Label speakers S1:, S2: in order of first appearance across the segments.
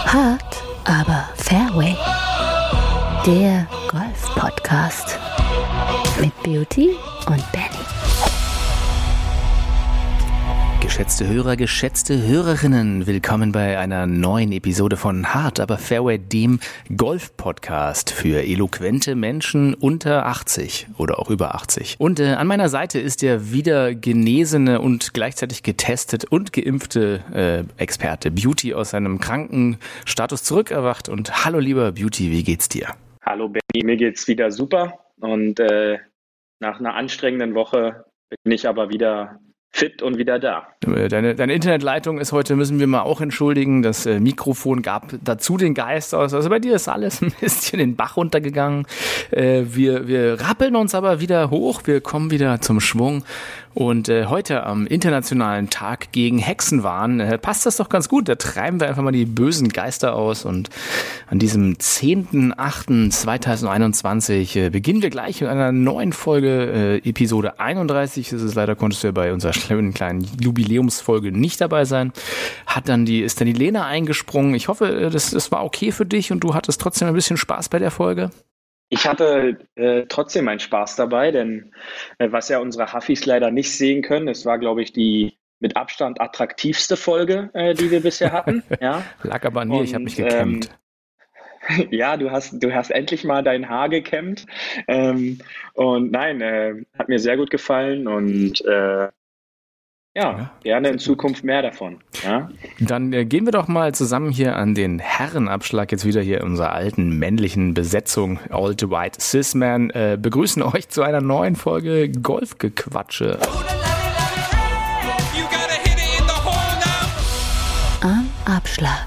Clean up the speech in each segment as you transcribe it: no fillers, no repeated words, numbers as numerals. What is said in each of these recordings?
S1: Hart, aber Fairway. Der Golf-Podcast mit Beauty und Benny.
S2: Geschätzte Hörer, geschätzte Hörerinnen, willkommen bei einer neuen Episode von Hart, aber Fairway, dem Golf-Podcast für eloquente Menschen unter 80 oder auch über 80. Und an meiner Seite ist der wieder genesene und gleichzeitig getestet und geimpfte Experte Beauty aus seinem Krankenstatus zurückerwacht. Und hallo lieber Beauty, wie geht's dir?
S3: Hallo Benny, mir geht's wieder super und nach einer anstrengenden Woche bin ich aber wieder fit und wieder da.
S2: Deine Internetleitung ist heute, müssen wir mal auch entschuldigen, das Mikrofon gab dazu den Geist aus. Also bei dir ist alles ein bisschen den Bach runtergegangen. Wir rappeln uns aber wieder hoch, wir kommen wieder zum Schwung. Und heute am Internationalen Tag gegen Hexenwahn passt das doch ganz gut. Da treiben wir einfach mal die bösen Geister aus. Und an diesem 10.08.2021 beginnen wir gleich mit einer neuen Folge, Episode 31. Das ist leider, konntest du ja bei unserer schönen kleinen Jubiläumsfolge nicht dabei sein. Ist dann die Lena eingesprungen. Ich hoffe, das war okay für dich und du hattest trotzdem ein bisschen Spaß bei der Folge.
S3: Ich hatte trotzdem meinen Spaß dabei, denn was ja unsere Huffis leider nicht sehen können, es war, glaube ich, die mit Abstand attraktivste Folge, die wir bisher hatten. Ja.
S2: Lag aber an mir, ich habe mich gekämmt.
S3: Ja, du hast endlich mal dein Haar gekämmt. Und nein, hat mir sehr gut gefallen und gerne in Zukunft mehr davon. Ja?
S2: Dann gehen wir doch mal zusammen hier an den Herrenabschlag, jetzt wieder hier in unserer alten männlichen Besetzung, Old White Cis Man, begrüßen euch zu einer neuen Folge Golfgequatsche.
S1: Am Abschlag.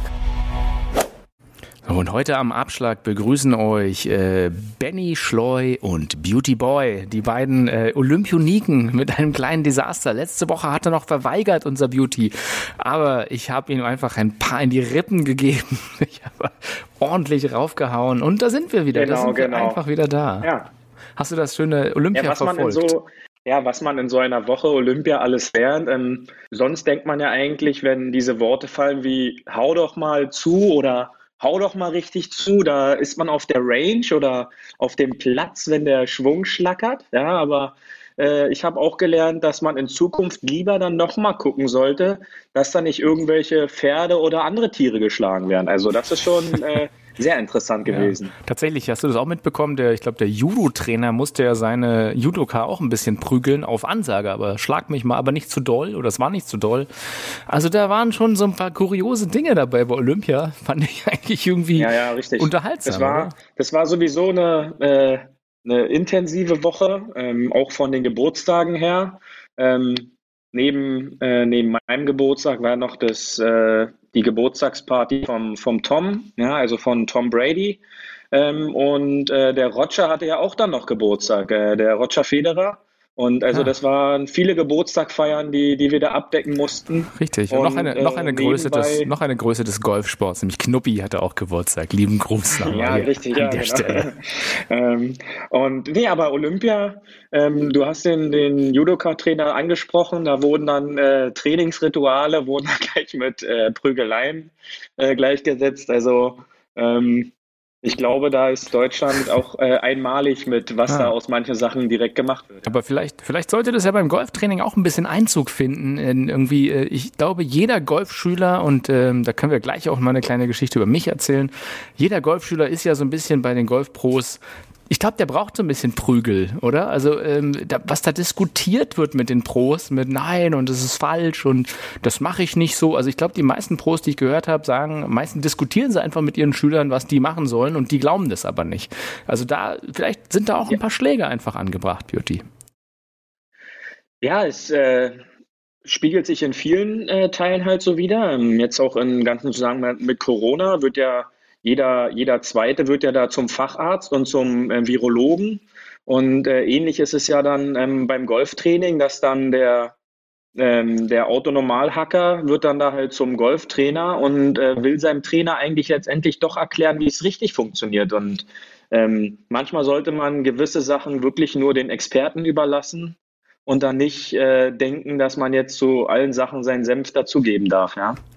S2: Und heute am Abschlag begrüßen euch Benny Schleu und Beauty Boy, die beiden Olympioniken mit einem kleinen Desaster. Letzte Woche hat er noch verweigert, unser Beauty, aber ich habe ihm einfach ein paar in die Rippen gegeben. Ich habe ordentlich raufgehauen und da sind wir wieder.
S3: Genau.
S2: Wir einfach wieder da.
S3: Ja.
S2: Hast du das schöne Olympia verfolgt?
S3: Was man in so einer Woche Olympia alles lernt. Sonst denkt man ja eigentlich, wenn diese Worte fallen wie hau doch mal zu oder hau doch mal richtig zu, da ist man auf der Range oder auf dem Platz, wenn der Schwung schlackert. Ja, aber ich habe auch gelernt, dass man in Zukunft lieber dann noch mal gucken sollte, dass da nicht irgendwelche Pferde oder andere Tiere geschlagen werden. Also das ist schon sehr interessant gewesen.
S2: Ja, tatsächlich, hast du das auch mitbekommen? Ich glaube, der Judo-Trainer musste ja seine Judoka auch ein bisschen prügeln auf Ansage, aber schlag mich mal, aber nicht zu doll oder es war nicht zu doll. Also da waren schon so ein paar kuriose Dinge dabei bei Olympia, fand ich eigentlich irgendwie unterhaltsam.
S3: Das war sowieso eine intensive Woche, auch von den Geburtstagen her. Neben meinem Geburtstag war noch die Geburtstagsparty vom Tom, ja, also von Tom Brady. Und der Roger hatte ja auch dann noch Geburtstag, der Roger Federer. Und also das waren viele Geburtstagfeiern, die wir da abdecken mussten.
S2: Richtig. Und noch eine Größe des Golfsports, nämlich Knuppi hatte auch Geburtstag. Lieben Gruß nochmal.
S3: Ja, richtig, an der Stelle. Aber Olympia, du hast den Judoka-Trainer angesprochen, da wurden dann Trainingsrituale, wurden gleich mit Prügeleien gleichgesetzt. Also ich glaube, da ist Deutschland auch einmalig mit, was da aus manchen Sachen direkt gemacht wird.
S2: Aber vielleicht sollte das ja beim Golftraining auch ein bisschen Einzug finden. Ich glaube, jeder Golfschüler, und da können wir gleich auch mal eine kleine Geschichte über mich erzählen, jeder Golfschüler ist ja so ein bisschen bei den Golfpros. Ich glaube, der braucht so ein bisschen Prügel, oder? Also was da diskutiert wird mit den Pros, mit nein und das ist falsch und das mache ich nicht so. Also ich glaube, die meisten Pros, die ich gehört habe, meistens diskutieren sie einfach mit ihren Schülern, was die machen sollen und die glauben das aber nicht. Also vielleicht sind da auch ein paar Schläge einfach angebracht, Beauty.
S3: Ja, es spiegelt sich in vielen Teilen halt so wider. Jetzt auch im ganzen Zusammenhang mit Corona wird ja jeder Zweite wird ja da zum Facharzt und zum Virologen. Und ähnlich ist es ja dann beim Golftraining, dass dann der Autonormalhacker wird dann da halt zum Golftrainer und will seinem Trainer eigentlich letztendlich doch erklären, wie es richtig funktioniert. Und manchmal sollte man gewisse Sachen wirklich nur den Experten überlassen und dann nicht denken, dass man jetzt zu allen Sachen seinen Senf dazugeben darf, ja.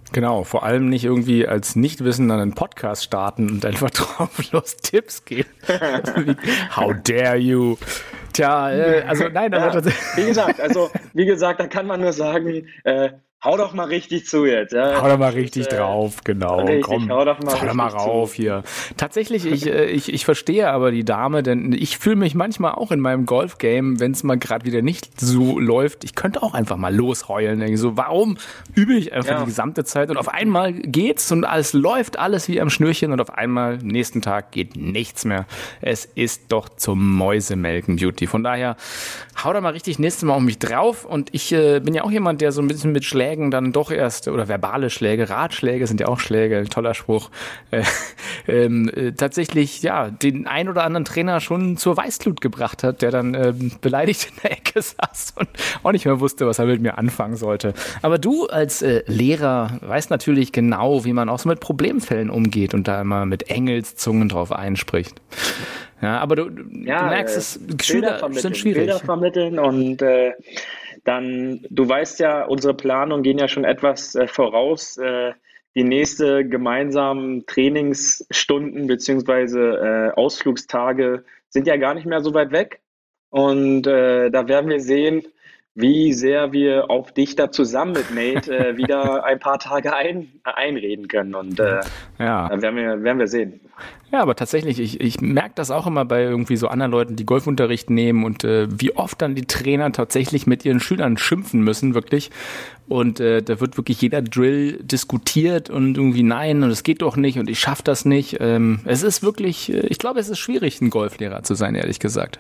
S2: Genau, vor allem nicht irgendwie als Nichtwissender einen Podcast starten und einfach drauf los Tipps geben. How dare you? Tja, also nein, aber
S3: Ja, wie gesagt, da kann man nur sagen, hau doch mal richtig zu jetzt. Ja.
S2: hau doch mal richtig drauf, genau.
S3: Richtig,
S2: Komm,
S3: hau doch mal
S2: hau doch mal
S3: richtig
S2: rauf
S3: zu.
S2: hier. Tatsächlich, ich verstehe aber die Dame, denn ich fühle mich manchmal auch in meinem Golfgame, wenn es mal gerade wieder nicht so läuft, ich könnte auch einfach mal losheulen. Denke so, warum übe ich einfach die gesamte Zeit und auf einmal geht's und alles läuft, alles wie am Schnürchen und auf einmal, nächsten Tag geht nichts mehr. Es ist doch zum Mäusemelken, Beauty. Von daher, hau da mal richtig nächstes Mal auf mich drauf und ich bin ja auch jemand, der so ein bisschen mit Schlägen dann doch erst, oder verbale Schläge, Ratschläge sind ja auch Schläge, toller Spruch, tatsächlich, ja, den ein oder anderen Trainer schon zur Weißglut gebracht hat, der dann beleidigt in der Ecke saß und auch nicht mehr wusste, was er mit mir anfangen sollte. Aber du als Lehrer weißt natürlich genau, wie man auch so mit Problemfällen umgeht und da immer mit Engelszungen drauf einspricht. Ja, aber du merkst, Schüler sind schwierig.
S3: Bilder vermitteln und dann, du weißt ja, unsere Planungen gehen ja schon etwas voraus. Die nächste gemeinsamen Trainingsstunden beziehungsweise Ausflugstage sind ja gar nicht mehr so weit weg. Und da werden wir sehen, wie sehr wir auf dich da zusammen mit Nate wieder ein paar Tage einreden können. Und da werden wir sehen.
S2: Ja, aber tatsächlich, ich merke das auch immer bei irgendwie so anderen Leuten, die Golfunterricht nehmen und wie oft dann die Trainer tatsächlich mit ihren Schülern schimpfen müssen, wirklich. Und da wird wirklich jeder Drill diskutiert und irgendwie nein und es geht doch nicht und ich schaffe das nicht. Es ist wirklich, ich glaube, es ist schwierig, ein Golflehrer zu sein, ehrlich gesagt.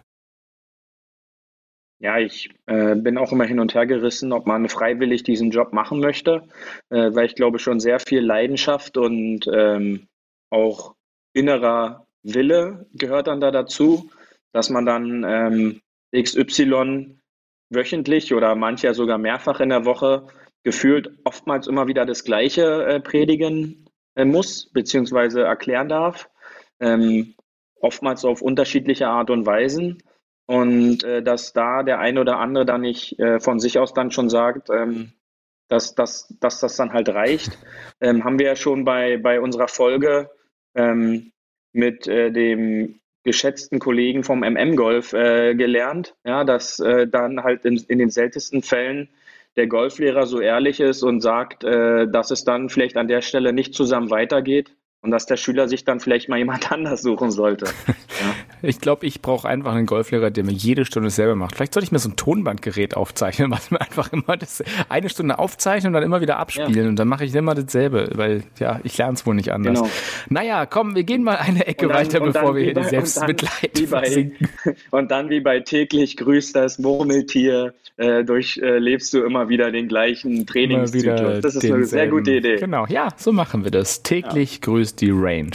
S3: Ja, ich bin auch immer hin und her gerissen, ob man freiwillig diesen Job machen möchte, weil ich glaube schon sehr viel Leidenschaft und auch innerer Wille gehört dann da dazu, dass man dann XY wöchentlich oder mancher sogar mehrfach in der Woche gefühlt oftmals immer wieder das Gleiche predigen muss, beziehungsweise erklären darf, oftmals auf unterschiedliche Art und Weisen. Und dass da der ein oder andere dann nicht von sich aus dann schon sagt, dass das dann halt reicht, haben wir ja schon bei unserer Folge mit dem geschätzten Kollegen vom MM-Golf gelernt, ja, dass dann halt in den seltensten Fällen der Golflehrer so ehrlich ist und sagt, dass es dann vielleicht an der Stelle nicht zusammen weitergeht und dass der Schüler sich dann vielleicht mal jemand anders suchen sollte. Ja.
S2: Ich glaube, ich brauche einfach einen Golflehrer, der mir jede Stunde selber macht. Vielleicht sollte ich mir so ein Tonbandgerät aufzeichnen, was mir einfach immer das eine Stunde aufzeichnen und dann immer wieder abspielen. Ja. Und dann mache ich immer dasselbe, weil ja, ich lerne es wohl nicht anders. Genau. Naja, komm, wir gehen mal eine Ecke weiter, bevor wir hier die Selbstmitleid versinken.
S3: Und dann wie bei täglich grüßt das Murmeltier, durchlebst du immer wieder den gleichen Trainingszyklus. Das ist eine sehr gute Idee.
S2: Genau, ja, so machen wir das. Täglich grüßt die Range.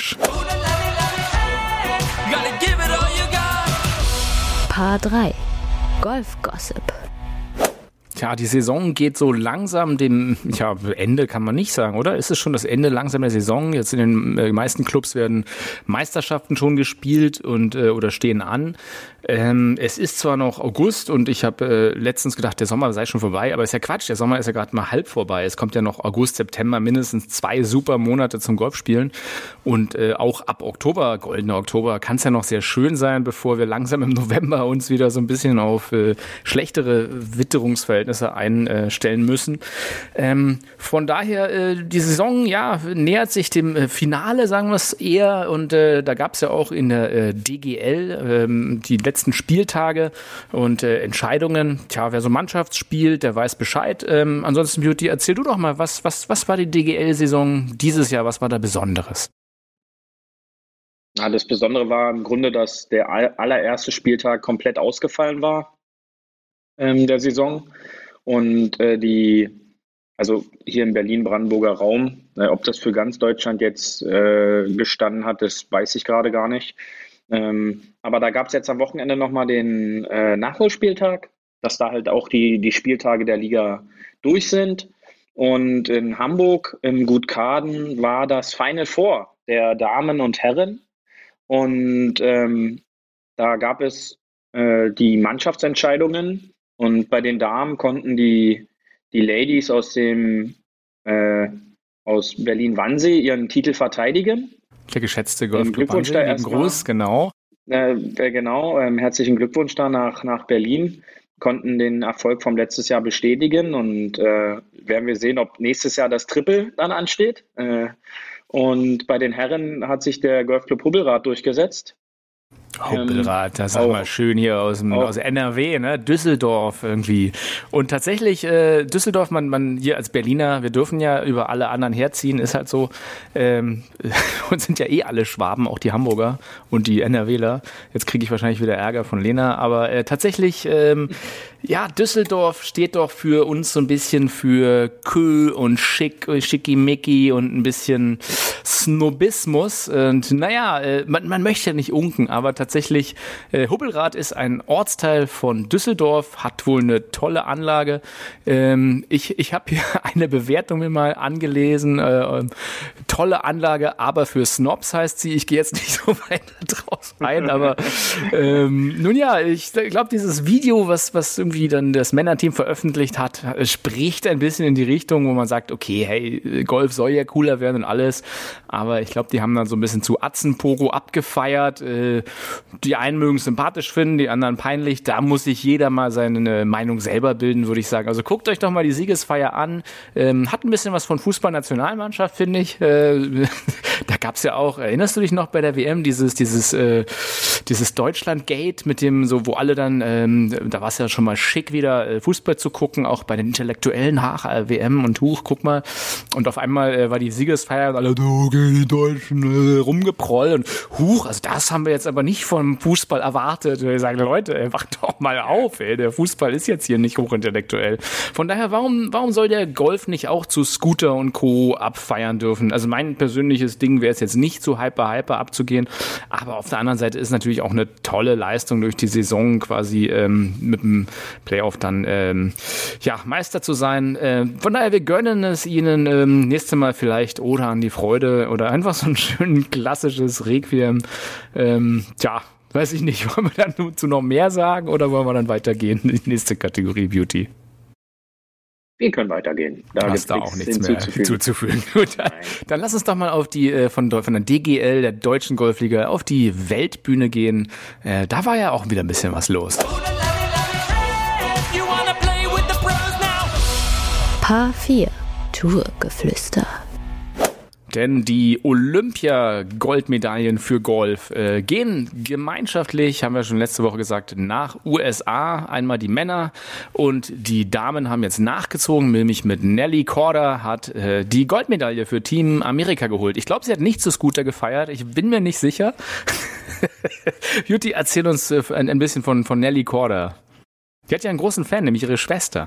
S1: Paar 3. Golf-Gossip.
S2: Tja, die Saison geht so langsam dem, Ende kann man nicht sagen, oder? Ist es schon das Ende langsam der Saison? Jetzt in den meisten Clubs werden Meisterschaften schon gespielt und oder stehen an. Es ist zwar noch August und ich habe letztens gedacht, der Sommer sei schon vorbei, aber ist ja Quatsch, der Sommer ist ja gerade mal halb vorbei. Es kommt ja noch August, September, mindestens 2 super Monate zum Golfspielen und auch ab Oktober, goldener Oktober, kann es ja noch sehr schön sein, bevor wir langsam im November uns wieder so ein bisschen auf schlechtere Witterungsverhältnisse einstellen müssen. Von daher, die Saison, nähert sich dem Finale, sagen wir es eher und da gab es ja auch in der DGL die letzten Spieltage und Entscheidungen. Tja, wer so Mannschaftsspielt, der weiß Bescheid. Ansonsten, Beauty, erzähl du doch mal, was war die DGL-Saison dieses Jahr? Was war da Besonderes?
S3: Ja, das Besondere war im Grunde, dass der allererste Spieltag komplett ausgefallen war der Saison. Und also hier im Berlin-Brandenburger Raum, ob das für ganz Deutschland jetzt gestanden hat, das weiß ich gerade gar nicht. Aber da gab es jetzt am Wochenende nochmal den Nachholspieltag, dass da halt auch die Spieltage der Liga durch sind. Und in Hamburg im Gutkaden war das Final Four der Damen und Herren. Und da gab es die Mannschaftsentscheidungen. Und bei den Damen konnten die Ladies aus dem aus Berlin-Wannsee ihren Titel verteidigen.
S2: Der geschätzte Golfclub
S3: Glückwunsch
S2: Wannsee,
S3: da
S2: lieben Gruß, genau.
S3: Genau, herzlichen Glückwunsch da nach Berlin. Konnten den Erfolg vom letztes Jahr bestätigen und werden wir sehen, ob nächstes Jahr das Triple dann ansteht. Und bei den Herren hat sich der Golfclub Hubbelrath durchgesetzt.
S2: Hubbelrath, das sag mal schön hier aus NRW, ne? Düsseldorf irgendwie. Und tatsächlich, Düsseldorf, man hier als Berliner, wir dürfen ja über alle anderen herziehen, ist halt so, und sind ja alle Schwaben, auch die Hamburger und die NRWler. Jetzt kriege ich wahrscheinlich wieder Ärger von Lena, aber tatsächlich, ja, Düsseldorf steht doch für uns so ein bisschen für cool und schickimicki und ein bisschen Snobismus. Und naja, man möchte ja nicht unken, aber tatsächlich, Hubbelrath ist ein Ortsteil von Düsseldorf, hat wohl eine tolle Anlage. Ich habe hier eine Bewertung mir mal angelesen. Tolle Anlage, aber für Snobs heißt sie. Ich gehe jetzt nicht so weit drauf ein, aber nun ja, ich glaube, dieses Video, was irgendwie dann das Männerteam veröffentlicht hat, spricht ein bisschen in die Richtung, wo man sagt, okay, hey, Golf soll ja cooler werden und alles, aber ich glaube, die haben dann so ein bisschen zu Atzenpogo abgefeiert. Die einen mögen es sympathisch finden, die anderen peinlich. Da muss sich jeder mal seine Meinung selber bilden, würde ich sagen. Also guckt euch doch mal die Siegesfeier an. Hat ein bisschen was von Fußballnationalmannschaft, finde ich. Da gab's ja auch, erinnerst du dich noch bei der WM, dieses Deutschland-Gate mit dem, so, wo alle dann, da war es ja schon mal schick, wieder Fußball zu gucken, auch bei den Intellektuellen, WM und guck mal. Und auf einmal war die Siegesfeier und alle, okay, die Deutschen, rumgeprollt und also das haben wir jetzt aber nicht vom Fußball erwartet. Wir sagen, Leute, wacht doch mal auf, der Fußball ist jetzt hier nicht hochintellektuell. Von daher, warum soll der Golf nicht auch zu Scooter und Co. abfeiern dürfen? Also mein persönliches Ding wäre es jetzt nicht so hyper abzugehen, aber auf der anderen Seite ist natürlich auch eine tolle Leistung durch die Saison quasi mit dem Playoff dann Meister zu sein. Von daher, wir gönnen es ihnen nächstes Mal vielleicht oder an die Freude oder einfach so ein schön klassisches Requiem. Weiß ich nicht, wollen wir dann zu noch mehr sagen oder wollen wir dann weitergehen in die nächste Kategorie Beauty?
S3: Wir können weitergehen. Da gibt es
S2: auch nichts mehr hinzuzufügen. Gut, dann lass uns doch mal auf die von der DGL, der Deutschen Golfliga, auf die Weltbühne gehen. Da war ja auch wieder ein bisschen was los.
S1: Paar 4 Tourgeflüster.
S2: Denn die Olympia-Goldmedaillen für Golf gehen gemeinschaftlich, haben wir schon letzte Woche gesagt, nach USA. Einmal die Männer und die Damen haben jetzt nachgezogen, nämlich mit Nelly Korda hat die Goldmedaille für Team Amerika geholt. Ich glaube, sie hat nicht zu Scooter gefeiert, ich bin mir nicht sicher. Beauty, erzähl uns ein bisschen von Nelly Korda. Die hat ja einen großen Fan, nämlich ihre Schwester.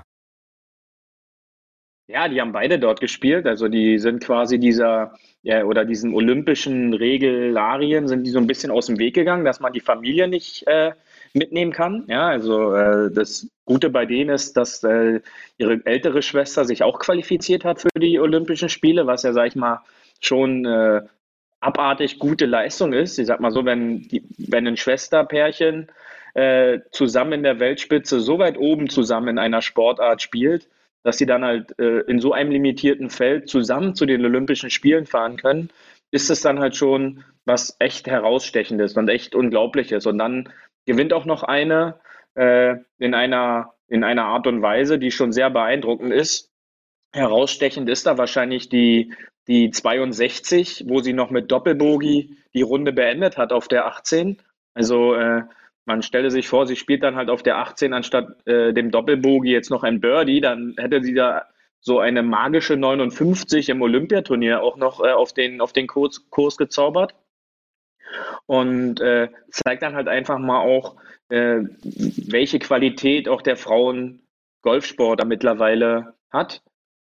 S3: Ja, die haben beide dort gespielt. Also die sind quasi diesen olympischen Regularien sind die so ein bisschen aus dem Weg gegangen, dass man die Familie nicht mitnehmen kann. Ja, also das Gute bei denen ist, dass ihre ältere Schwester sich auch qualifiziert hat für die Olympischen Spiele, was ja, sag ich mal, schon abartig gute Leistung ist. Ich sag mal so, wenn ein Schwesterpärchen zusammen in der Weltspitze so weit oben zusammen in einer Sportart spielt, dass sie dann halt in so einem limitierten Feld zusammen zu den Olympischen Spielen fahren können, ist es dann halt schon was echt Herausstechendes und echt Unglaubliches. Und dann gewinnt auch noch eine in einer Art und Weise, die schon sehr beeindruckend ist. Herausstechend ist da wahrscheinlich die 62, wo sie noch mit Doppelbogey die Runde beendet hat auf der 18. Also man stelle sich vor, sie spielt dann halt auf der 18 anstatt dem Doppelbogey jetzt noch ein Birdie, dann hätte sie da so eine magische 59 im Olympiaturnier auch noch auf den Kurs gezaubert. Und zeigt dann halt einfach mal auch, welche Qualität auch der Frauen-Golfsport da mittlerweile hat.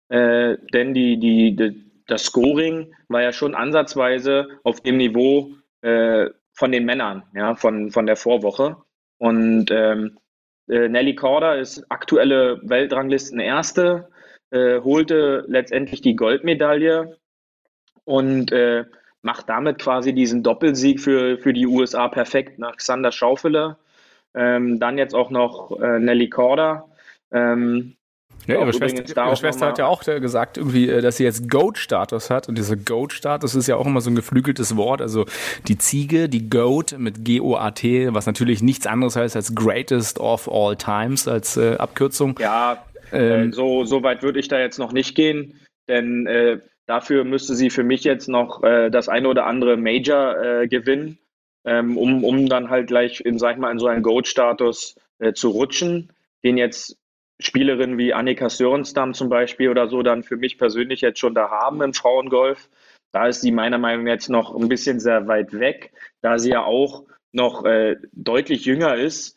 S3: Denn das Scoring war ja schon ansatzweise auf dem Niveau von den Männern, ja, von der Vorwoche. Und Nelly Korda ist aktuelle Weltranglisten-Erste, holte letztendlich die Goldmedaille und macht damit quasi diesen Doppelsieg für die USA perfekt nach Xander Schauffele. Dann jetzt auch noch Nelly Korda.
S2: Ja, ihre Schwester hat ja auch gesagt, irgendwie, dass sie jetzt GOAT-Status hat. Und dieser GOAT-Status ist ja auch immer so ein geflügeltes Wort. Also die Ziege, die GOAT mit G-O-A-T, was natürlich nichts anderes heißt als Greatest of All Times als Abkürzung.
S3: Ja, so weit würde ich da jetzt noch nicht gehen, denn dafür müsste sie für mich jetzt noch das eine oder andere Major gewinnen, um dann halt gleich sag ich mal, in so einen GOAT-Status zu rutschen, den jetzt Spielerinnen wie Annika Sörenstam zum Beispiel oder so dann für mich persönlich jetzt schon da haben im Frauengolf. Da ist sie meiner Meinung nach jetzt noch ein bisschen sehr weit weg, da sie ja auch noch deutlich jünger ist.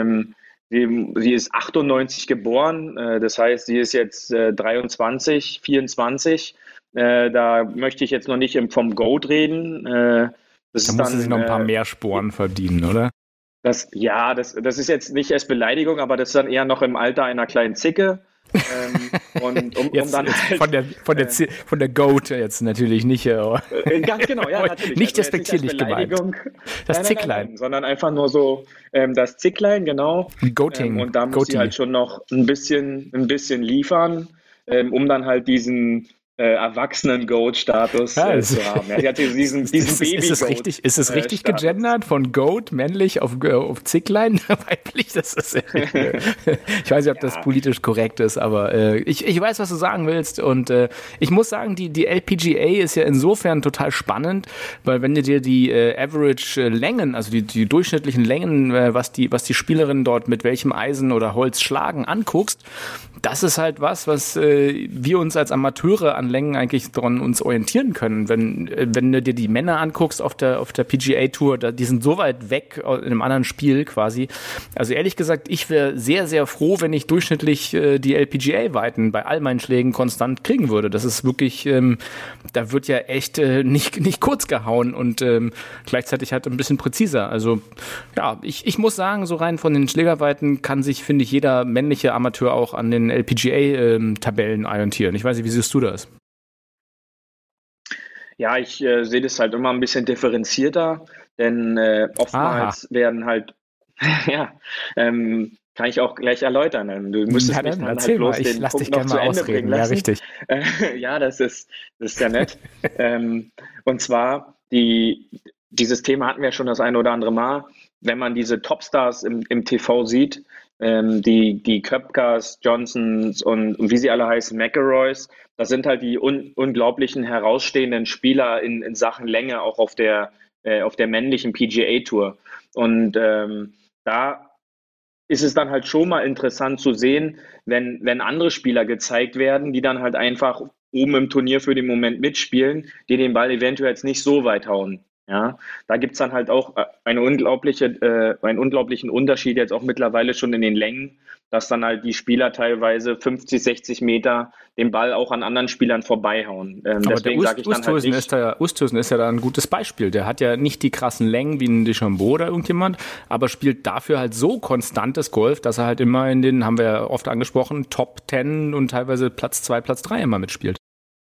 S3: Sie ist 98 geboren, das heißt, sie ist jetzt 23, 24. Da möchte ich jetzt noch nicht vom GOAT reden.
S2: Da muss sie sich noch ein paar mehr Sporen verdienen, oder?
S3: Das ist jetzt nicht als Beleidigung, aber das ist dann eher noch im Alter einer kleinen Zicke. Und dann halt,
S2: von der Goat jetzt natürlich nicht.
S3: Ganz genau, ja, natürlich.
S2: Nicht despektierlich gemeint. Das Zicklein.
S3: Nein, sondern einfach nur so das Zicklein, genau.
S2: Goating.
S3: Und da muss sie halt schon noch ein bisschen liefern, um dann halt diesen Erwachsenen-Goat-Status zu haben. Ja, sie hatte diesen Baby-Goat.
S2: Ist es richtig gegendert? Von Goat, männlich, auf Zicklein, weiblich? Das ist, ich weiß nicht, ob das politisch korrekt ist, aber ich weiß, was du sagen willst. Und ich muss sagen, die LPGA ist ja insofern total spannend, weil wenn du dir die Average-Längen, also die durchschnittlichen Längen, was die Spielerinnen dort mit welchem Eisen oder Holz schlagen, anguckst, das ist halt was wir uns als Amateure an Längen eigentlich dran uns orientieren können. Wenn du dir die Männer anguckst auf der PGA Tour, die sind so weit weg in einem anderen Spiel quasi. Also ehrlich gesagt, ich wäre sehr, sehr froh, wenn ich durchschnittlich die LPGA-Weiten bei all meinen Schlägen konstant kriegen würde. Das ist wirklich, da wird ja echt nicht kurz gehauen und gleichzeitig halt ein bisschen präziser. Also ja, ich muss sagen, so rein von den Schlägerweiten kann sich, finde ich, jeder männliche Amateur auch an den LPGA-Tabellen orientieren. Ich weiß nicht, wie siehst du das?
S3: Ja, ich sehe das halt immer ein bisschen differenzierter, denn oftmals werden halt, kann ich auch gleich erläutern. Du müsstest mich dann halt bloß den Punkt noch zu Ende bringen lassen.
S2: Ja, richtig.
S3: Ja, das ist sehr nett. Und zwar, dieses Thema hatten wir schon das eine oder andere Mal, wenn man diese Topstars im TV sieht, die Koepkas, Johnsons und wie sie alle heißen, McIlroys, das sind halt die unglaublichen herausstehenden Spieler in Sachen Länge, auch auf der männlichen PGA-Tour. Und da ist es dann halt schon mal interessant zu sehen, wenn andere Spieler gezeigt werden, die dann halt einfach oben im Turnier für den Moment mitspielen, die den Ball eventuell jetzt nicht so weit hauen. Ja, da gibt es dann halt auch einen unglaublichen Unterschied jetzt auch mittlerweile schon in den Längen, dass dann halt die Spieler teilweise 50, 60 Meter den Ball auch an anderen Spielern vorbeihauen.
S2: Deswegen sage ich dann halt nicht. Oosthuizen ist ja da ein gutes Beispiel. Der hat ja nicht die krassen Längen wie ein DeChambeau oder irgendjemand, aber spielt dafür halt so konstantes Golf, dass er halt immer in den, haben wir ja oft angesprochen, Top 10 und teilweise Platz 2, Platz 3 immer mitspielt.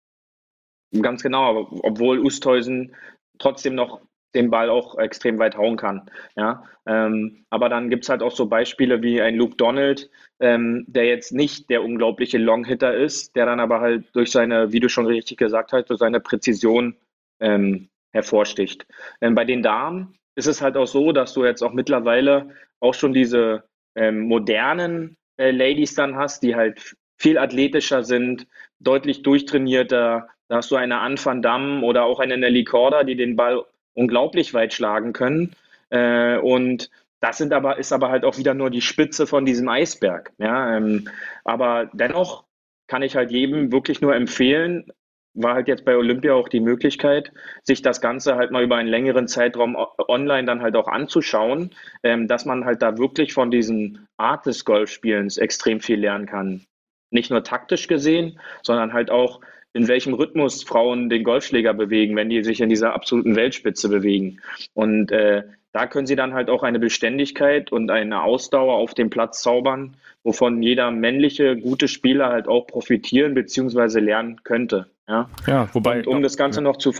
S3: Ganz genau, aber obwohl Oosthuizen trotzdem noch den Ball auch extrem weit hauen kann. Ja? Aber dann gibt es halt auch so Beispiele wie ein Luke Donald, der jetzt nicht der unglaubliche Longhitter ist, der dann aber halt durch seine, wie du schon richtig gesagt hast, durch seine Präzision hervorsticht. Bei den Damen ist es halt auch so, dass du jetzt auch mittlerweile auch schon diese modernen Ladies dann hast, die halt viel athletischer sind, deutlich durchtrainierter. Da hast du eine Anne van Dam oder auch eine Nelly Korda, die den Ball unglaublich weit schlagen können. Und das ist aber halt auch wieder nur die Spitze von diesem Eisberg. Ja? Aber dennoch kann ich halt jedem wirklich nur empfehlen, war halt jetzt bei Olympia auch die Möglichkeit, sich das Ganze halt mal über einen längeren Zeitraum online dann halt auch anzuschauen, dass man halt da wirklich von diesen Art des Golfspielens extrem viel lernen kann. Nicht nur taktisch gesehen, sondern halt auch in welchem Rhythmus Frauen den Golfschläger bewegen, wenn die sich in dieser absoluten Weltspitze bewegen. Und da können sie dann halt auch eine Beständigkeit und eine Ausdauer auf dem Platz zaubern, wovon jeder männliche, gute Spieler halt auch profitieren bzw. lernen könnte. Ja,
S2: wobei.
S3: Und um das Ganze noch zu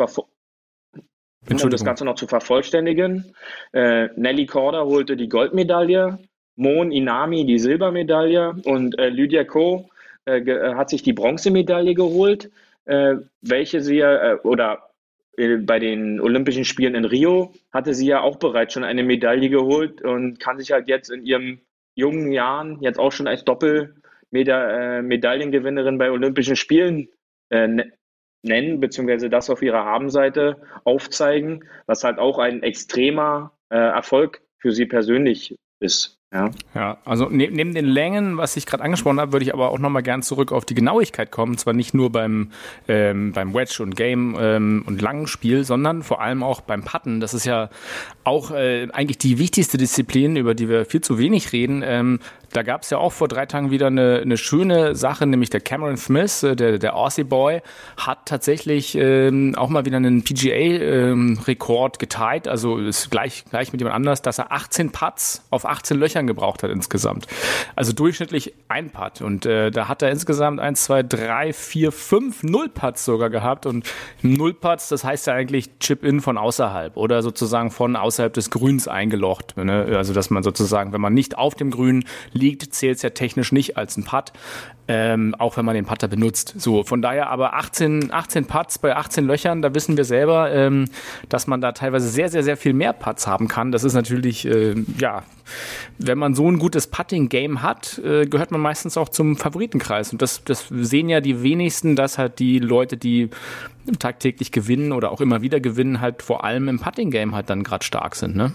S3: vervollständigen, Nelly Korda holte die Goldmedaille, Moon Inami die Silbermedaille und Lydia Ko hat sich die Bronzemedaille geholt, welche sie bei den Olympischen Spielen in Rio hatte sie ja auch bereits schon eine Medaille geholt und kann sich halt jetzt in ihren jungen Jahren jetzt auch schon als Doppelmedaillengewinnerin bei Olympischen Spielen nennen, beziehungsweise das auf ihrer Habenseite aufzeigen, was halt auch ein extremer Erfolg für sie persönlich ist.
S2: Ja, also neben den Längen, was ich gerade angesprochen habe, würde ich aber auch nochmal gern zurück auf die Genauigkeit kommen. Zwar nicht nur beim Wedge und Game und langen Spiel, sondern vor allem auch beim Putten. Das ist ja auch eigentlich die wichtigste Disziplin, über die wir viel zu wenig reden. Da gab es ja auch vor 3 Tagen wieder eine schöne Sache, nämlich der Cameron Smith, der Aussie Boy, hat tatsächlich auch mal wieder einen PGA-Rekord geteilt. Also ist gleich mit jemand anders, dass er 18 Putts auf 18 Löchern gebraucht hat insgesamt. Also durchschnittlich ein Putt. Und da hat er insgesamt 1, 2, 3, 4, 5 Null-Putts sogar gehabt. Und Null-Putts, das heißt ja eigentlich Chip-In von außerhalb oder sozusagen von außerhalb des Grüns eingelocht. Ne? Also dass man sozusagen, wenn man nicht auf dem Grün liegt, zählt es ja technisch nicht als ein Putt, auch wenn man den Putter benutzt. So, von daher aber 18 Putts bei 18 Löchern, da wissen wir selber, dass man da teilweise sehr, sehr, sehr viel mehr Putts haben kann. Das ist natürlich, wenn man so ein gutes Putting-Game hat, gehört man meistens auch zum Favoritenkreis. Und das sehen ja die wenigsten, dass halt die Leute, die tagtäglich gewinnen oder auch immer wieder gewinnen, halt vor allem im Putting-Game halt dann gerade stark sind, ne?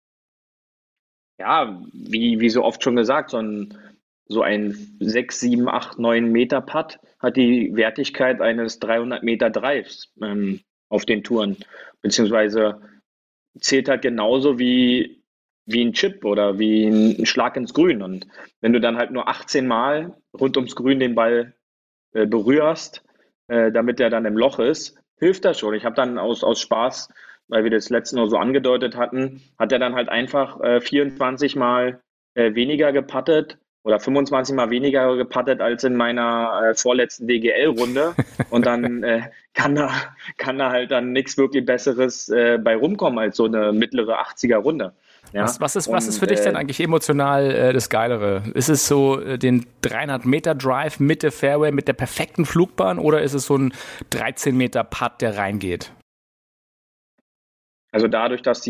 S3: Ja, wie so oft schon gesagt, so ein 6, 7, 8, 9 Meter Putt hat die Wertigkeit eines 300 Meter Drives auf den Touren, beziehungsweise zählt halt genauso wie ein Chip oder wie ein Schlag ins Grün. Und wenn du dann halt nur 18 Mal rund ums Grün den Ball berührst, damit der dann im Loch ist, hilft das schon. Ich habe dann aus Spaß, weil wir das letzte Mal so angedeutet hatten, hat er dann halt einfach 24 Mal weniger geputtet oder 25 Mal weniger geputtet als in meiner vorletzten DGL-Runde. Und dann kann da halt dann nichts wirklich Besseres bei rumkommen als so eine mittlere 80er-Runde. Ja?
S2: Was ist für dich denn eigentlich emotional das Geilere? Ist es so den 300-Meter-Drive mit der Fairway, mit der perfekten Flugbahn, oder ist es so ein 13-Meter-Putt, der reingeht?
S3: Also dadurch, dass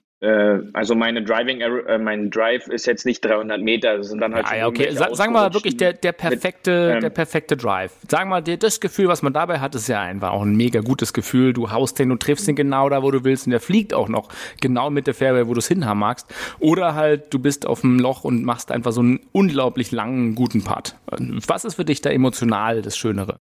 S3: mein Drive ist jetzt nicht 300 Meter, das sind dann halt
S2: okay. Sagen wir mal wirklich der perfekte Drive. Sagen wir mal, das Gefühl, was man dabei hat, ist ja einfach auch ein mega gutes Gefühl. Du haust den, du triffst ihn genau da, wo du willst, und der fliegt auch noch genau mit der Fairway, wo du es hinhaben magst. Oder halt, du bist auf dem Loch und machst einfach so einen unglaublich langen, guten Putt. Was ist für dich da emotional das Schönere?